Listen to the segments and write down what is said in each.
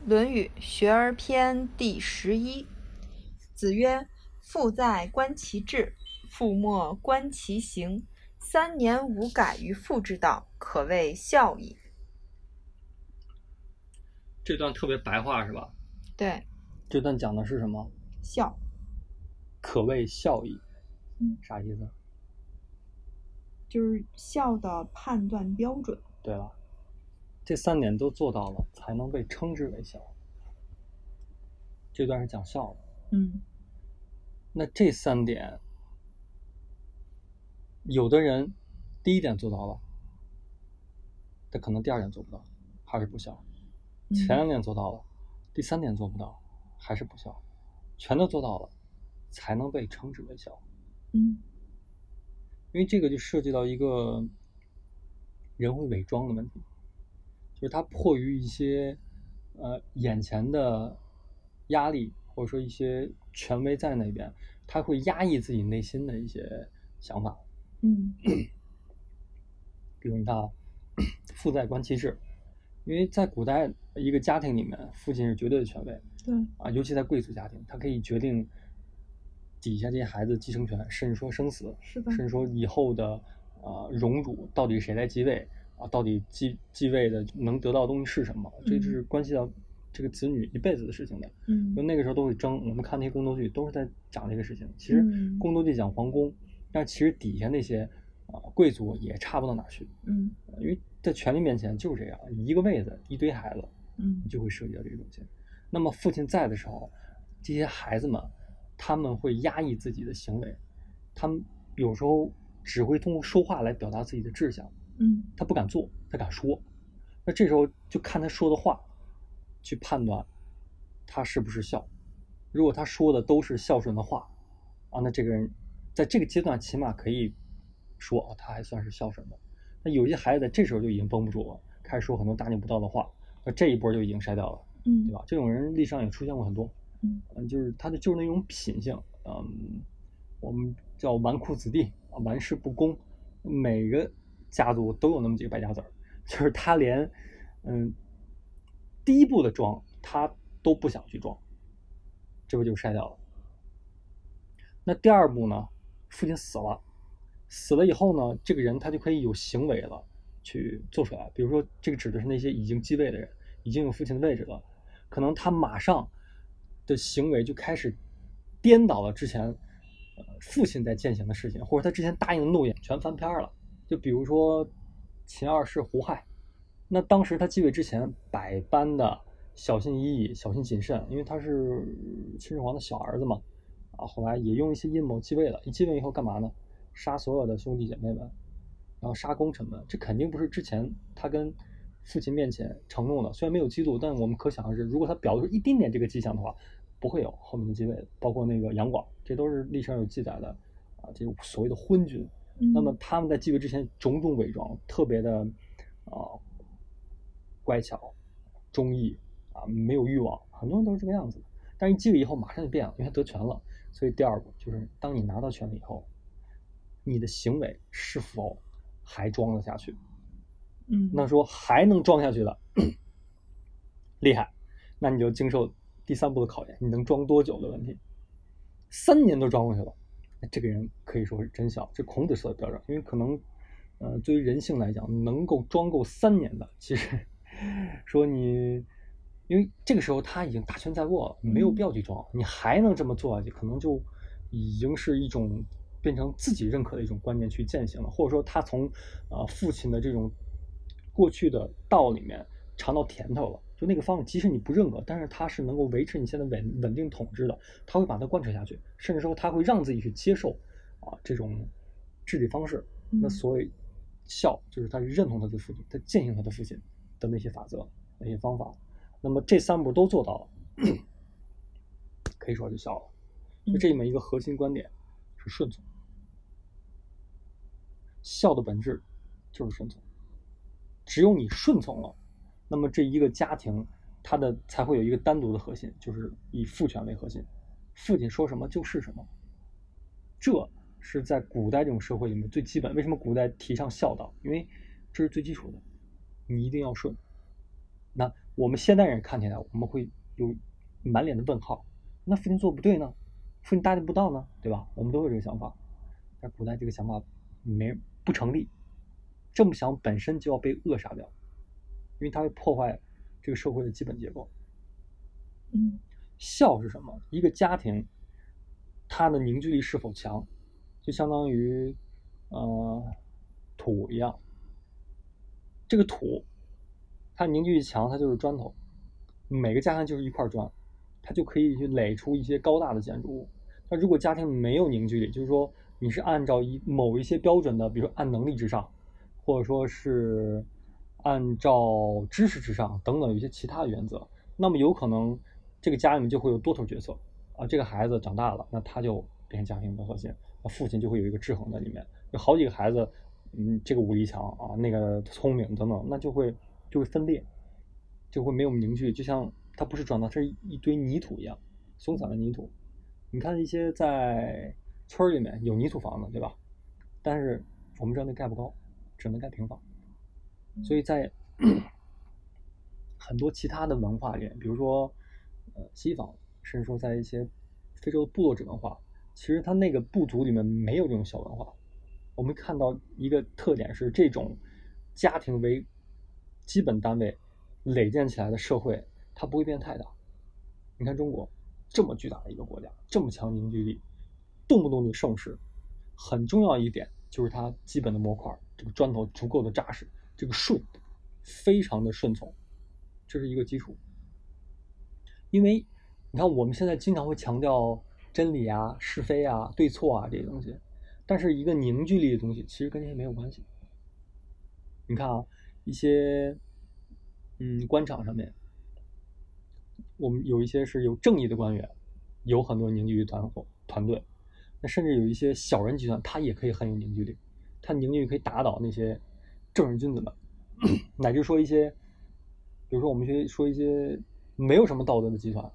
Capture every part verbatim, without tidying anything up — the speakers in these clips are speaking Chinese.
论语学而篇第十一。子曰：父在，观其志；父莫，观其行。三年无改于父之道，可谓孝矣。 这段特别白话是吧？ 对， 这段讲的是什么？ 孝， 可谓孝矣。 嗯， 啥意思？ 就是孝的判断标准。 对了，这三点都做到了，才能被称之为孝。这段是讲孝的。 嗯， 那这三点，有的人第一点做到了，但可能第二点做不到，还是不孝； 嗯、 前两点做到了，第三点做不到，还是不孝。全都做到了，才能被称之为孝。 嗯， 因为这个就涉及到一个人会伪装的问题，就是他迫于一些呃眼前的压力，或者说一些权威在那边，他会压抑自己内心的一些想法。 嗯， 比如你看啊，父在，观其志。因为在古代一个家庭里面，父亲是绝对的权威。 对啊，尤其在贵族家庭，他可以决定底下这些孩子继承权，甚至说生死， 是的， 甚至说以后的呃荣辱到底谁来继位啊，到底继继位的能得到的东西是什么，这是关系到这个子女一辈子的事情的。 嗯， 就那个时候都会争，我们看那些宫斗剧都是在讲这个事情。其实宫斗剧讲皇宫，但其实底下那些啊、呃、贵族也差不到哪去。 嗯， 因为在权力面前就是这样，一个位子一堆孩子， 嗯， 就会涉及到这个东西。那么父亲在的时候，这些孩子们他们会压抑自己的行为，他们有时候只会通过说话来表达自己的志向。 嗯， 他不敢做，他敢说。那这时候就看他说的话去判断他是不是孝。如果他说的都是孝顺的话啊，那这个人在这个阶段起码可以说啊，他还算是孝顺的。那有些孩子在这时候就已经绷不住了，开始说很多大逆不道的话，那这一波就已经筛掉了。 嗯， 对吧？这种人历史上也出现过很多。 嗯， 就是他的就是那种品性，嗯，我们叫纨绔子弟啊，玩世不恭。每个家族都有那么几个败家子儿，就是他连嗯第一步的装他都不想去装，这不就筛掉了。那第二步呢，父亲死了，死了以后呢，这个人他就可以有行为了，去做出来。比如说，这个指的是那些已经继位的人，已经有父亲的位置了，可能他马上的行为就开始颠倒了之前呃父亲在践行的事情，或者他之前答应的诺言全翻篇了。就比如说秦二世胡亥，那当时他继位之前百般的小心翼翼、小心谨慎，因为他是秦始皇的小儿子嘛，啊，后来也用一些阴谋继位了。一继位以后干嘛呢？杀所有的兄弟姐妹们，然后杀功臣们。这肯定不是之前他跟父亲面前承诺的，虽然没有记录，但我们可想而知，如果他表露出一丁点这个迹象的话，不会有后面的继位的。包括那个杨广，这都是历史上有记载的啊，这种所谓的昏君。那么他们在继位之前种种伪装，特别的啊、呃、乖巧、忠义啊，没有欲望，很多人都是这个样子的。但是继位以后马上就变了，因为他得权了。所以第二步就是当你拿到权力以后，你的行为是否还装得下去。 嗯， 那说还能装下去的厉害，那你就经受第三步的考验，你能装多久的问题。三年都装过去了，那这个人可以说是真孝，这孔子说的标准。因为可能呃，对于人性来讲，能够装够三年的，其实说你因为这个时候他已经大权在握了，没有必要去装。你还能这么做下去，可能就已经是一种变成自己认可的一种观念去践行了，或者说他从呃父亲的这种过去的道里面尝到甜头了。就那个方法，即使你不认可，但是它是能够维持你现在稳稳定统治的，他会把它贯彻下去，甚至说他会让自己去接受啊这种治理方式。那所谓孝，就是他认同他的父亲，他践行他的父亲的那些法则、那些方法。那么这三步都做到了，可以说就孝了。就这里面一个核心观点是顺从。孝的本质就是顺从，只有你顺从了，那么这一个家庭它的才会有一个单独的核心，就是以父权为核心，父亲说什么就是什么。这是在古代这种社会里面最基本。为什么古代提倡孝道？因为这是最基础的，你一定要顺。那我们现代人看起来，我们会有满脸的问号，那父亲做不对呢？父亲答应不到呢，对吧？我们都有这个想法，但古代这个想法没不成立，这么想本身就要被扼杀掉，因为它会破坏这个社会的基本结构。 嗯， 孝是什么？一个家庭，它的凝聚力是否强，就相当于呃土一样。这个土，它凝聚力强，它就是砖头。每个家庭就是一块砖，它就可以去垒出一些高大的建筑物。那如果家庭没有凝聚力，就是说你是按照一某一些标准的，比如说按能力至上，或者说是按照知识至上等等有一些其他的原则，那么有可能这个家里面就会有多头角色啊。这个孩子长大了，那他就变成家庭的核心，那父亲就会有一个制衡在里面。有好几个孩子，嗯，这个武力强啊，那个聪明等等，那就会就会分裂，就会没有凝聚，就像它不是砖头，它是一堆泥土一样，松散的泥土。你看一些在村里面有泥土房子，对吧？但是我们知道那盖不高，只能盖平房。所以在很多其他的文化里面，比如说呃西方，甚至说在一些非洲的部落制文化，其实它那个部族里面没有这种小文化。我们看到一个特点是，这种家庭为基本单位垒建起来的社会，它不会变太大。你看中国这么巨大的一个国家，这么强凝聚力，动不动就盛世，很重要一点就是它基本的模块，这个砖头足够的扎实，这个顺非常的顺从，这是一个基础。因为你看我们现在经常会强调真理啊、是非啊、对错啊这些东西，但是一个凝聚力的东西其实跟这些没有关系。你看啊，一些嗯官场上面，我们有一些是有正义的官员，有很多凝聚力团团队，那甚至有一些小人集团，他也可以很有凝聚力，他凝聚力可以打倒那些正人君子们，乃至说一些，比如说我们去说一些没有什么道德的集团，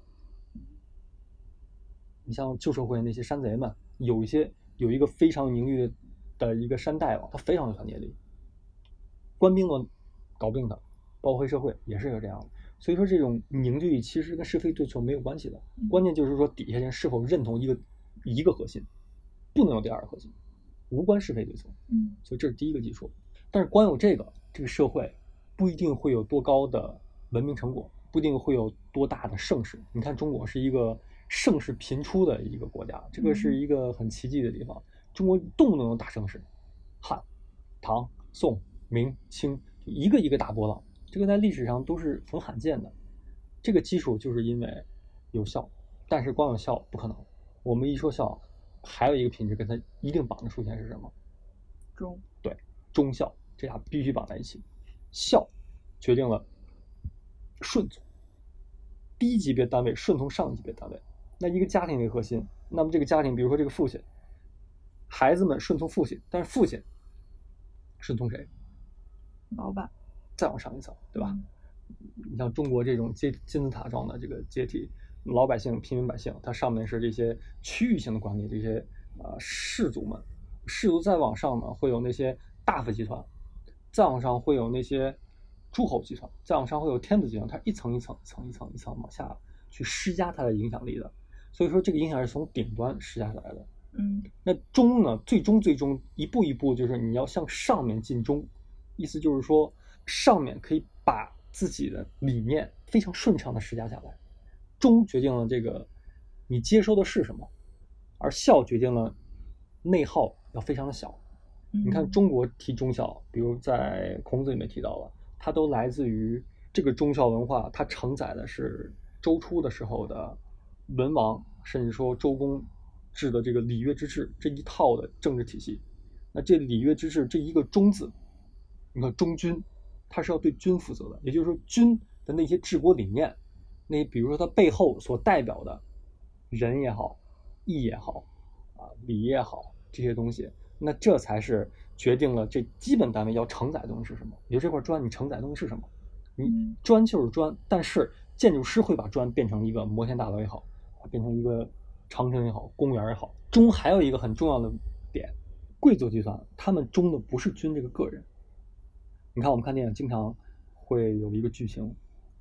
你像旧社会那些山贼们，有一些有一个非常凝聚的一个山大王，他非常有团结力，官兵都搞不定他，包括黑社会也是个这样的。所以说这种凝聚力其实跟是非对错没有关系的，关键就是说底下人是否认同一个一个核心，不能有第二个核心，无关是非对错。 嗯， 所以这是第一个基础。但是光有这个，这个社会不一定会有多高的文明成果，不一定会有多大的盛世。你看中国是一个盛世频出的一个国家，这个是一个很奇迹的地方。中国动不动有大盛世，汉、唐、宋、明、清，一个一个大波浪，这个在历史上都是很罕见的。这个基础就是因为有孝，但是光有孝不可能。我们一说孝，还有一个品质跟它一定绑的出现是什么？ 忠。 对，忠孝，这俩必须绑在一起。孝决定了顺从，低级别单位顺从上级别单位。那一个家庭为核心，那么这个家庭，比如说这个父亲，孩子们顺从父亲，但是父亲顺从谁？ 老板。 再往上一层，对吧？你像中国这种阶金字塔状的这个阶梯，老百姓、平民百姓，它上面是这些区域性的管理，这些呃氏族们，氏族再往上呢，会有那些大夫集团，再往上会有那些诸侯集团，再往上会有天子集团，它一层一层、一层一层、一层往下去施加它的影响力的。所以说，这个影响是从顶端施加下来的。 嗯， 那忠呢，最终最终一步一步就是你要向上面尽忠，意思就是说，上面可以把自己的理念非常顺畅的施加下来。忠决定了这个你接收的是什么，而孝决定了内耗要非常的小。你看中国提忠孝，比如在孔子里面提到了，它都来自于这个忠孝文化，它承载的是周初的时候的文王，甚至说周公制的这个礼乐之治这一套的政治体系。那这礼乐之治这一个忠字，你看忠君，他是要对君负责的，也就是说君的那些治国理念，那比如说他背后所代表的仁也好、义也好、啊礼也好这些东西，那这才是决定了这基本单位要承载的东西是什么。比如这块砖，你承载的东西是什么？你砖就是砖，但是建筑师会把砖变成一个摩天大楼也好，变成一个长城也好、公园也好。忠还有一个很重要的点，贵族集团他们忠的不是君这个个人。你看我们看电影经常会有一个剧情，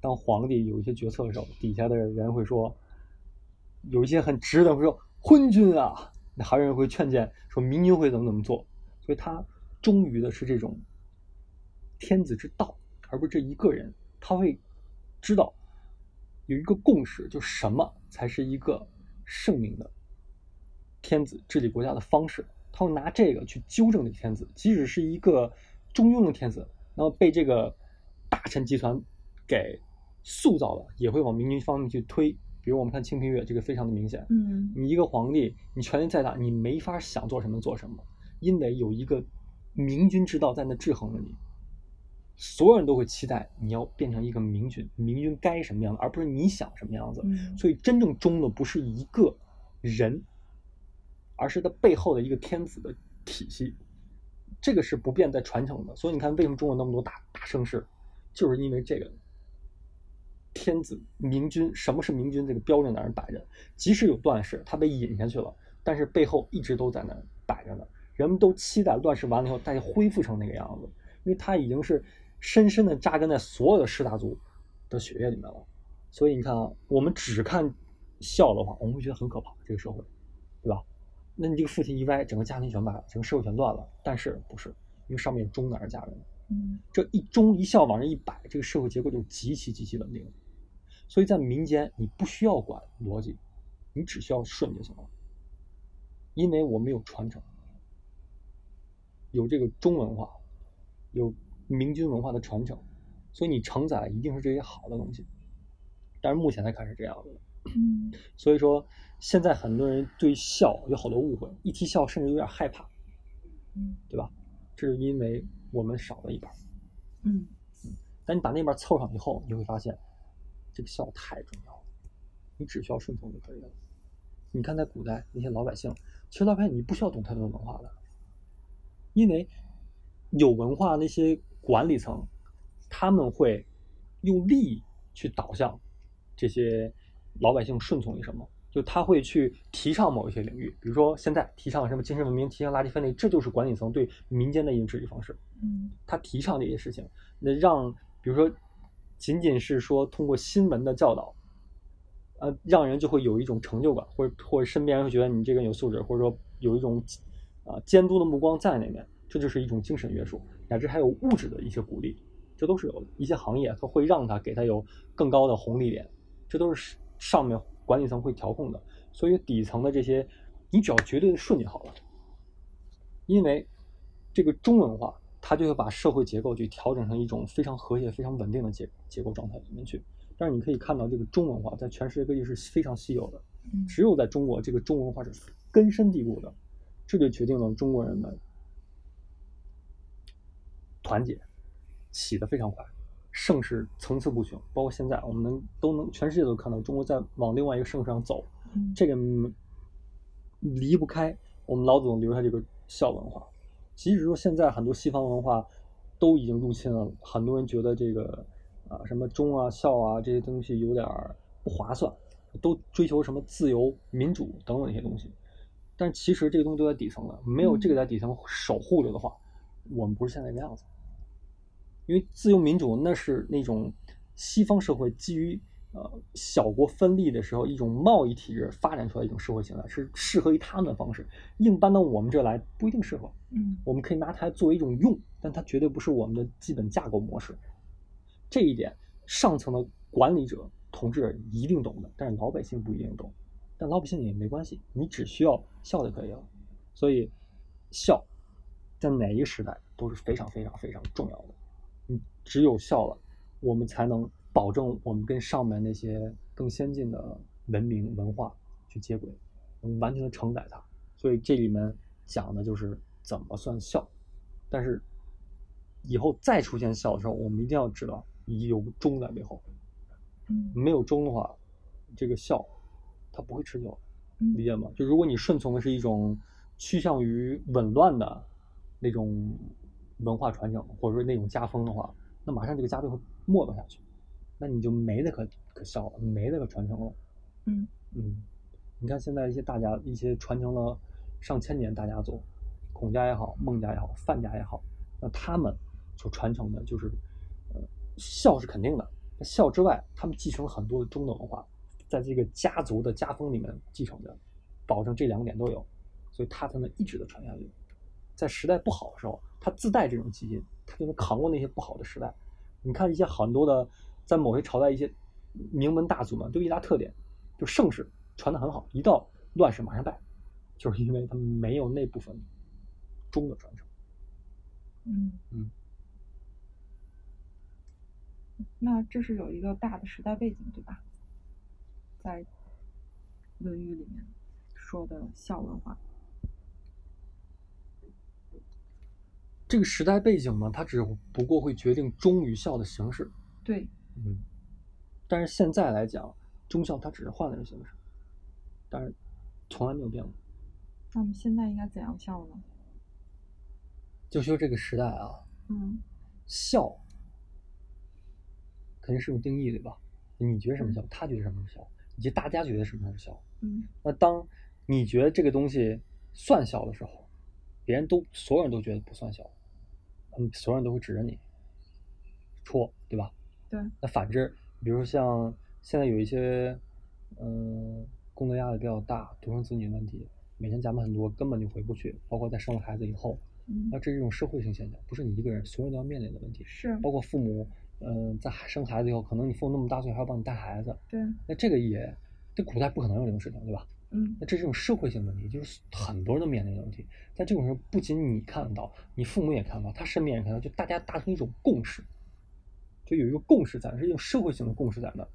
当皇帝有一些决策的时候，底下的人会说，有一些很直的会说昏君啊，那还有人会劝谏说明君会怎么怎么做。所以他忠于的是这种天子之道，而不是这一个人。他会知道有一个共识，就什么才是一个圣明的天子治理国家的方式。他会拿这个去纠正这个天子，即使是一个中庸的天子，那么被这个大臣集团给塑造了，也会往明君方面去推。比如我们看清平乐，这个非常的明显。 嗯， 你一个皇帝，你权力再大，你没法想做什么做什么，因为有一个明君之道在那制衡着你。所有人都会期待你要变成一个明君，明君该什么样子，而不是你想什么样子。 嗯， 所以真正忠的不是一个人，而是他背后的一个天子的体系，这个是不变在传承的。所以你看，为什么中国那么多大大盛世，就是因为这个天子明君，什么是明君这个标准在那儿摆着。即使有乱世，他被引下去了，但是背后一直都在那儿摆着呢。人们都期待乱世完了以后，大家恢复成那个样子，因为他已经是深深的扎根在所有的士大族的血液里面了。所以你看啊，我们只看孝的话，我们会觉得很可怕，这个社会，对吧？那你这个父亲一歪，整个家庭全败了，整个社会全乱了。但是不是，因为上面有忠的而家人， 嗯， 这一忠一孝往这一摆，这个社会结构就极其极其稳定。所以在民间，你不需要管逻辑，你只需要顺就行了，因为我们有传承，有这个忠文化，有明君文化的传承，所以你承载一定是这些好的东西。但是目前才开始这样的。 嗯， 所以说现在很多人对孝有好多误会，一提孝甚至有点害怕， 嗯， 对吧？这是因为我们少了一半。 嗯， 但你把那边凑上以后，你会发现这个孝太重要了，你只需要顺从就可以了。你看在古代那些老百姓，其实老百姓你不需要懂太多文化的，因为有文化那些管理层，他们会用利益去导向这些老百姓顺从于什么，就他会去提倡某一些领域，比如说现在提倡什么精神文明，提倡垃圾分类，这就是管理层对民间的一种治理方式。 嗯， 他提倡这些事情，那让比如说仅仅是说通过新闻的教导，呃，让人就会有一种成就感，或者或者身边人会觉得你这个人有素质，或者说有一种啊、呃、监督的目光在那边，这就是一种精神约束，乃至还有物质的一些鼓励，这都是有的。一些行业它会让它给它有更高的红利点，这都是上面管理层会调控的。所以底层的这些，你只要绝对的顺就好了，因为这个中文化，它就会把社会结构去调整成一种非常和谐、非常稳定的结结构状态里面去。但是你可以看到，这个中文化在全世界各地是非常稀有的，只有在中国，这个中文化是根深蒂固的，这就决定了中国人们团结起得非常快，盛世层次不穷。包括现在我们能都能全世界都看到中国在往另外一个盛世上走，这个离不开我们老祖宗留下这个孝文化。即使说现在很多西方文化都已经入侵了，很多人觉得这个啊什么忠啊孝啊这些东西有点不划算，都追求什么自由民主等等一些东西，但其实这个东西都在底层了，没有这个在底层守护着的话，我们不是现在这个样子。因为自由民主那是那种西方社会基于呃小国分立的时候一种贸易体制发展出来一种社会形态，是适合于他们的方式，硬搬到我们这来不一定适合。 嗯， 我们可以拿它作为一种用，但它绝对不是我们的基本架构模式。这一点上层的管理者统治者一定懂的，但是老百姓不一定懂。但老百姓也没关系，你只需要孝就可以了。所以孝在哪一个时代都是非常非常非常重要的。你只有孝了，我们才能保证我们跟上面那些更先进的文明文化去接轨，能完全的承载它。所以这里面讲的就是怎么算孝。但是以后再出现孝的时候，我们一定要知道有忠在背后。没有忠的话，这个孝它不会持久，理解吗？就如果你顺从的是一种趋向于紊乱的那种文化传承，或者说那种家风的话，那马上这个家就会没落下去，那你就没得可可孝了，没得可传承了。 嗯嗯，你看现在一些大家，一些传承了上千年大家族，孔家也好，孟家也好，范家也好，那他们所传承的就是，呃，孝是肯定的， 孝之外，他们继承了很多的中的文化，在这个家族的家风里面继承着，保证这两点都有，所以他才能一直的传下去。在时代不好的时候，他自带这种基因，他就能扛过那些不好的时代。你看一些很多的在某些朝代一些名门大族们，都一大特点，就盛世传得很好，一到乱世马上败，就是因为他们没有那部分忠的传承。 嗯嗯， 那这是有一个大的时代背景，对吧？在《论语》里面说的孝文化。 这个时代背景呢，它只不过会决定忠与孝的形式。 对， 嗯，但是现在来讲，忠孝它只是换了个形式，但是从来没有变过。 那我们现在应该怎样孝呢？ 就说这个时代啊， 嗯， 孝肯定是有定义，对吧？你觉得什么孝，他觉得什么是孝，以及大家觉得什么是孝。 嗯， 那当你觉得这个东西算孝的时候，别人都所有人都觉得不算孝，嗯，所有人都会指着你戳，对吧？ 对。 那反之，比如说像现在有一些，嗯、呃，工作压力比较大，独生子女问题，每天加班很多，根本就回不去，包括在生了孩子以后， 嗯， 那这是一种社会性现象，不是你一个人，所有人都要面临的问题。 是。 包括父母，嗯、呃，在生孩子以后，可能你父母那么大岁还要帮你带孩子， 对。 那这个也，这古代不可能有这种事情，对吧？ 嗯， 那这是一种社会性问题，就是很多人都面临的问题。在这种时候，不仅你看得到，你父母也看到，他身边人看到，就大家达成一种共识，就有一个共识在，是一种社会性的共识在那，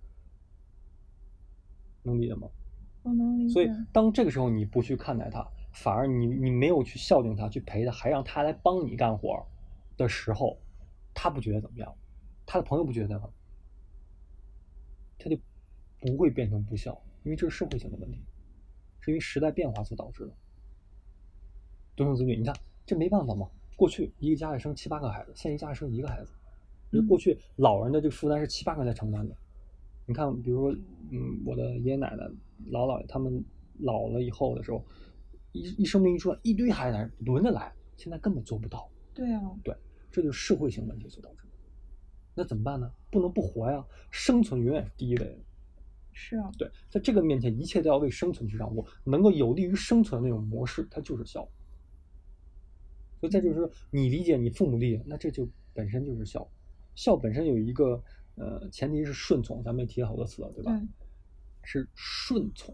能理解吗？ 我能理解。 所以当这个时候你不去看待他，反而你你没有去孝敬他，去陪他，还让他来帮你干活的时候，他不觉得怎么样，他的朋友不觉得吗？他就不会变成不孝，因为这是社会性的问题。是因为时代变化所导致的。独生子女，你看这没办法嘛。过去一个家里生七八个孩子，现在一家里生一个孩子。因为过去老人的这个负担是七八个人在承担的。你看，比如说，嗯，我的爷爷奶奶、姥姥姥爷他们老了以后的时候，一一生病一出来，一堆孩子轮着来，现在根本做不到。 对啊。 对，这就是社会性问题所导致的。那怎么办呢？不能不活呀，生存永远是第一位的。 是啊， 对，在这个面前，一切都要为生存去掌握，能够有利于生存的那种模式，它就是孝。所以再就是说，你理解，你父母理解，那这就本身就是孝。孝本身有一个呃前提是顺从，咱们也提了好多次了，对吧？ 对。 是顺从。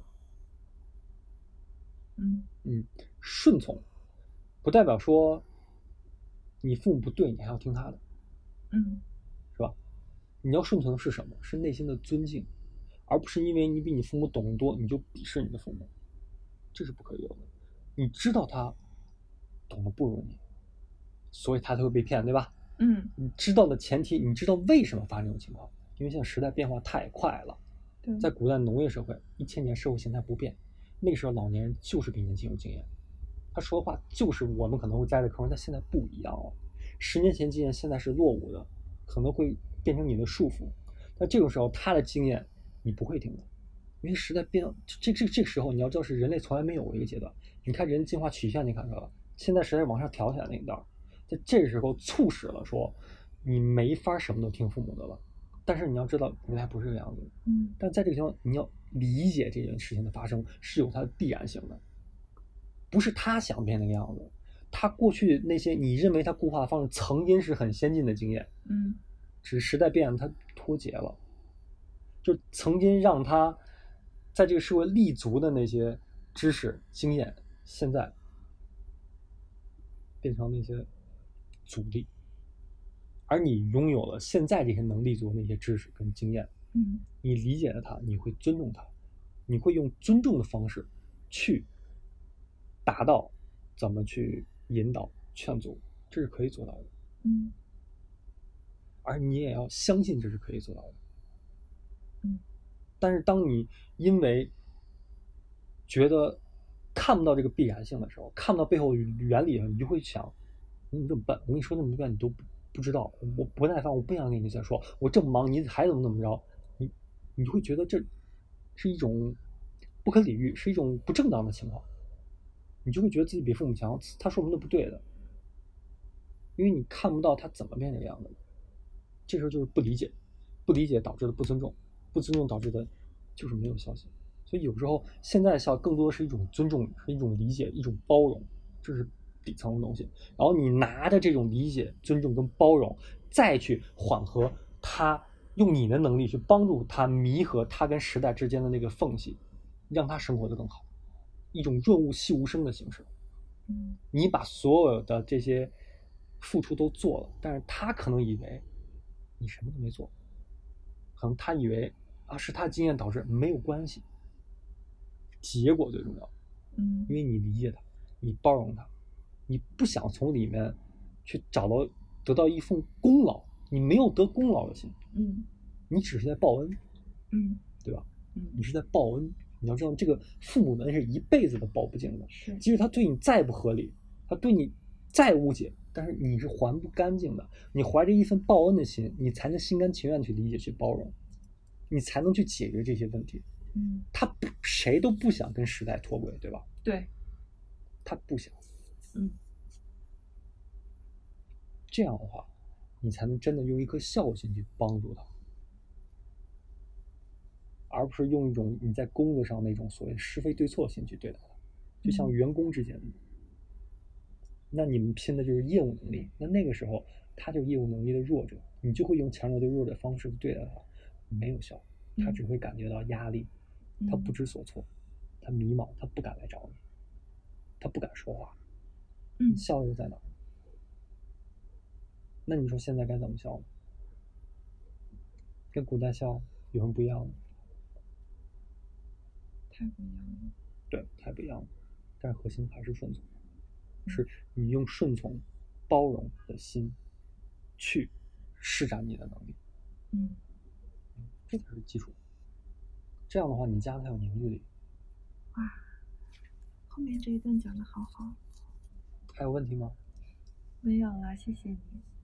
嗯嗯，顺从，不代表说你父母不对，你还要听他的。 嗯， 是吧？你要顺从的是什么？是内心的尊敬。而不是因为你比你父母懂得多，你就鄙视你的父母，这是不可以有的。你知道他懂得不如你，所以他才会被骗，对吧？ 嗯， 你知道的前提，你知道为什么发生这种情况？因为现在时代变化太快了。 对， 在古代农业社会，一千年社会形态不变，那个时候老年人就是比年轻有经验，他说话就是我们可能会栽在坑，但现在不一样了。十年前经验现在是落伍的，可能会变成你的束缚。但这种时候，他的经验你不会听的，因为时代变，这这这个时候你要知道是人类从来没有过一个阶段。你看人进化曲线，你看到了，现在时代往上调起来那一段，在这个时候促使了说你没法什么都听父母的了。但是你要知道，原来不是这个样子。 嗯， 但在这个情况，你要理解这件事情的发生是有它的必然性的，不是他想变那个样子。他过去那些你认为他固化的方式，曾经是很先进的经验， 嗯， 只是时代变了，他脱节了。就曾经让他在这个社会立足的那些知识经验，现在变成那些阻力。而你拥有了现在这些能立足的那些知识跟经验， 嗯， 你理解了它，你会尊重它，你会用尊重的方式去达到怎么去引导劝阻，这是可以做到的。 嗯， 而你也要相信这是可以做到的。 嗯， 但是当你因为觉得看不到这个必然性的时候，看不到背后的原理，你就会想，你这么笨，我跟你说那么多遍你都不不知道，我不耐烦，我不想跟你再说，我这么忙，你还怎么怎么着？你你会觉得这是一种不可理喻，是一种不正当的情况，你就会觉得自己比父母强，他说什么都不对的，因为你看不到他怎么变这个样子，这时候就是不理解。 不理解导致的不尊重，不尊重导致的就是没有孝心。所以有时候现在的孝更多的是一种尊重，是一种理解，一种包容，这是底层的东西。然后你拿着这种理解、尊重跟包容，再去缓和他，用你的能力去帮助他弥合他跟时代之间的那个缝隙，让他生活得更好，一种润物细无声的形式。 嗯， 你把所有的这些付出都做了，但是他可能以为你什么都没做，可能他以为啊是他经验导致，没有关系，结果最重要。 嗯， 因为你理解他，你包容他，你不想从里面去找到得到一份功劳，你没有得功劳的心， 嗯， 你只是在报恩， 嗯， 对吧？ 嗯， 你是在报恩。你要知道，这个父母的恩是一辈子都报不尽的。 是， 即使他对你再不合理，他对你再误解，但是你是还不干净的。你怀着一份报恩的心，你才能心甘情愿去理解、去包容，你才能去解决这些问题。 嗯， 他不，谁都不想跟时代脱轨，对吧？ 对， 他不想。 嗯， 这样的话，你才能真的用一颗孝心去帮助他，而不是用一种你在工作上那种所谓是非对错心去对待他。就像员工之间，那你们拼的就是业务能力，那那个时候他就是业务能力的弱者，你就会用强者对弱者的方式去对待他，没有效，他只会感觉到压力，他不知所措，他迷茫，他不敢来找你，他不敢说话。 嗯， 孝又在哪儿？那你说现在该怎么孝呢？跟古代孝有什么不一样呢？ 太不一样了。 对，太不一样了。但是核心还是顺从，是你用顺从、包容的心去施展你的能力。 嗯， 这才是基础。这样的话，你家才有凝聚力。 哇，后面这一段讲的好好。 还有问题吗？ 没有了，谢谢你。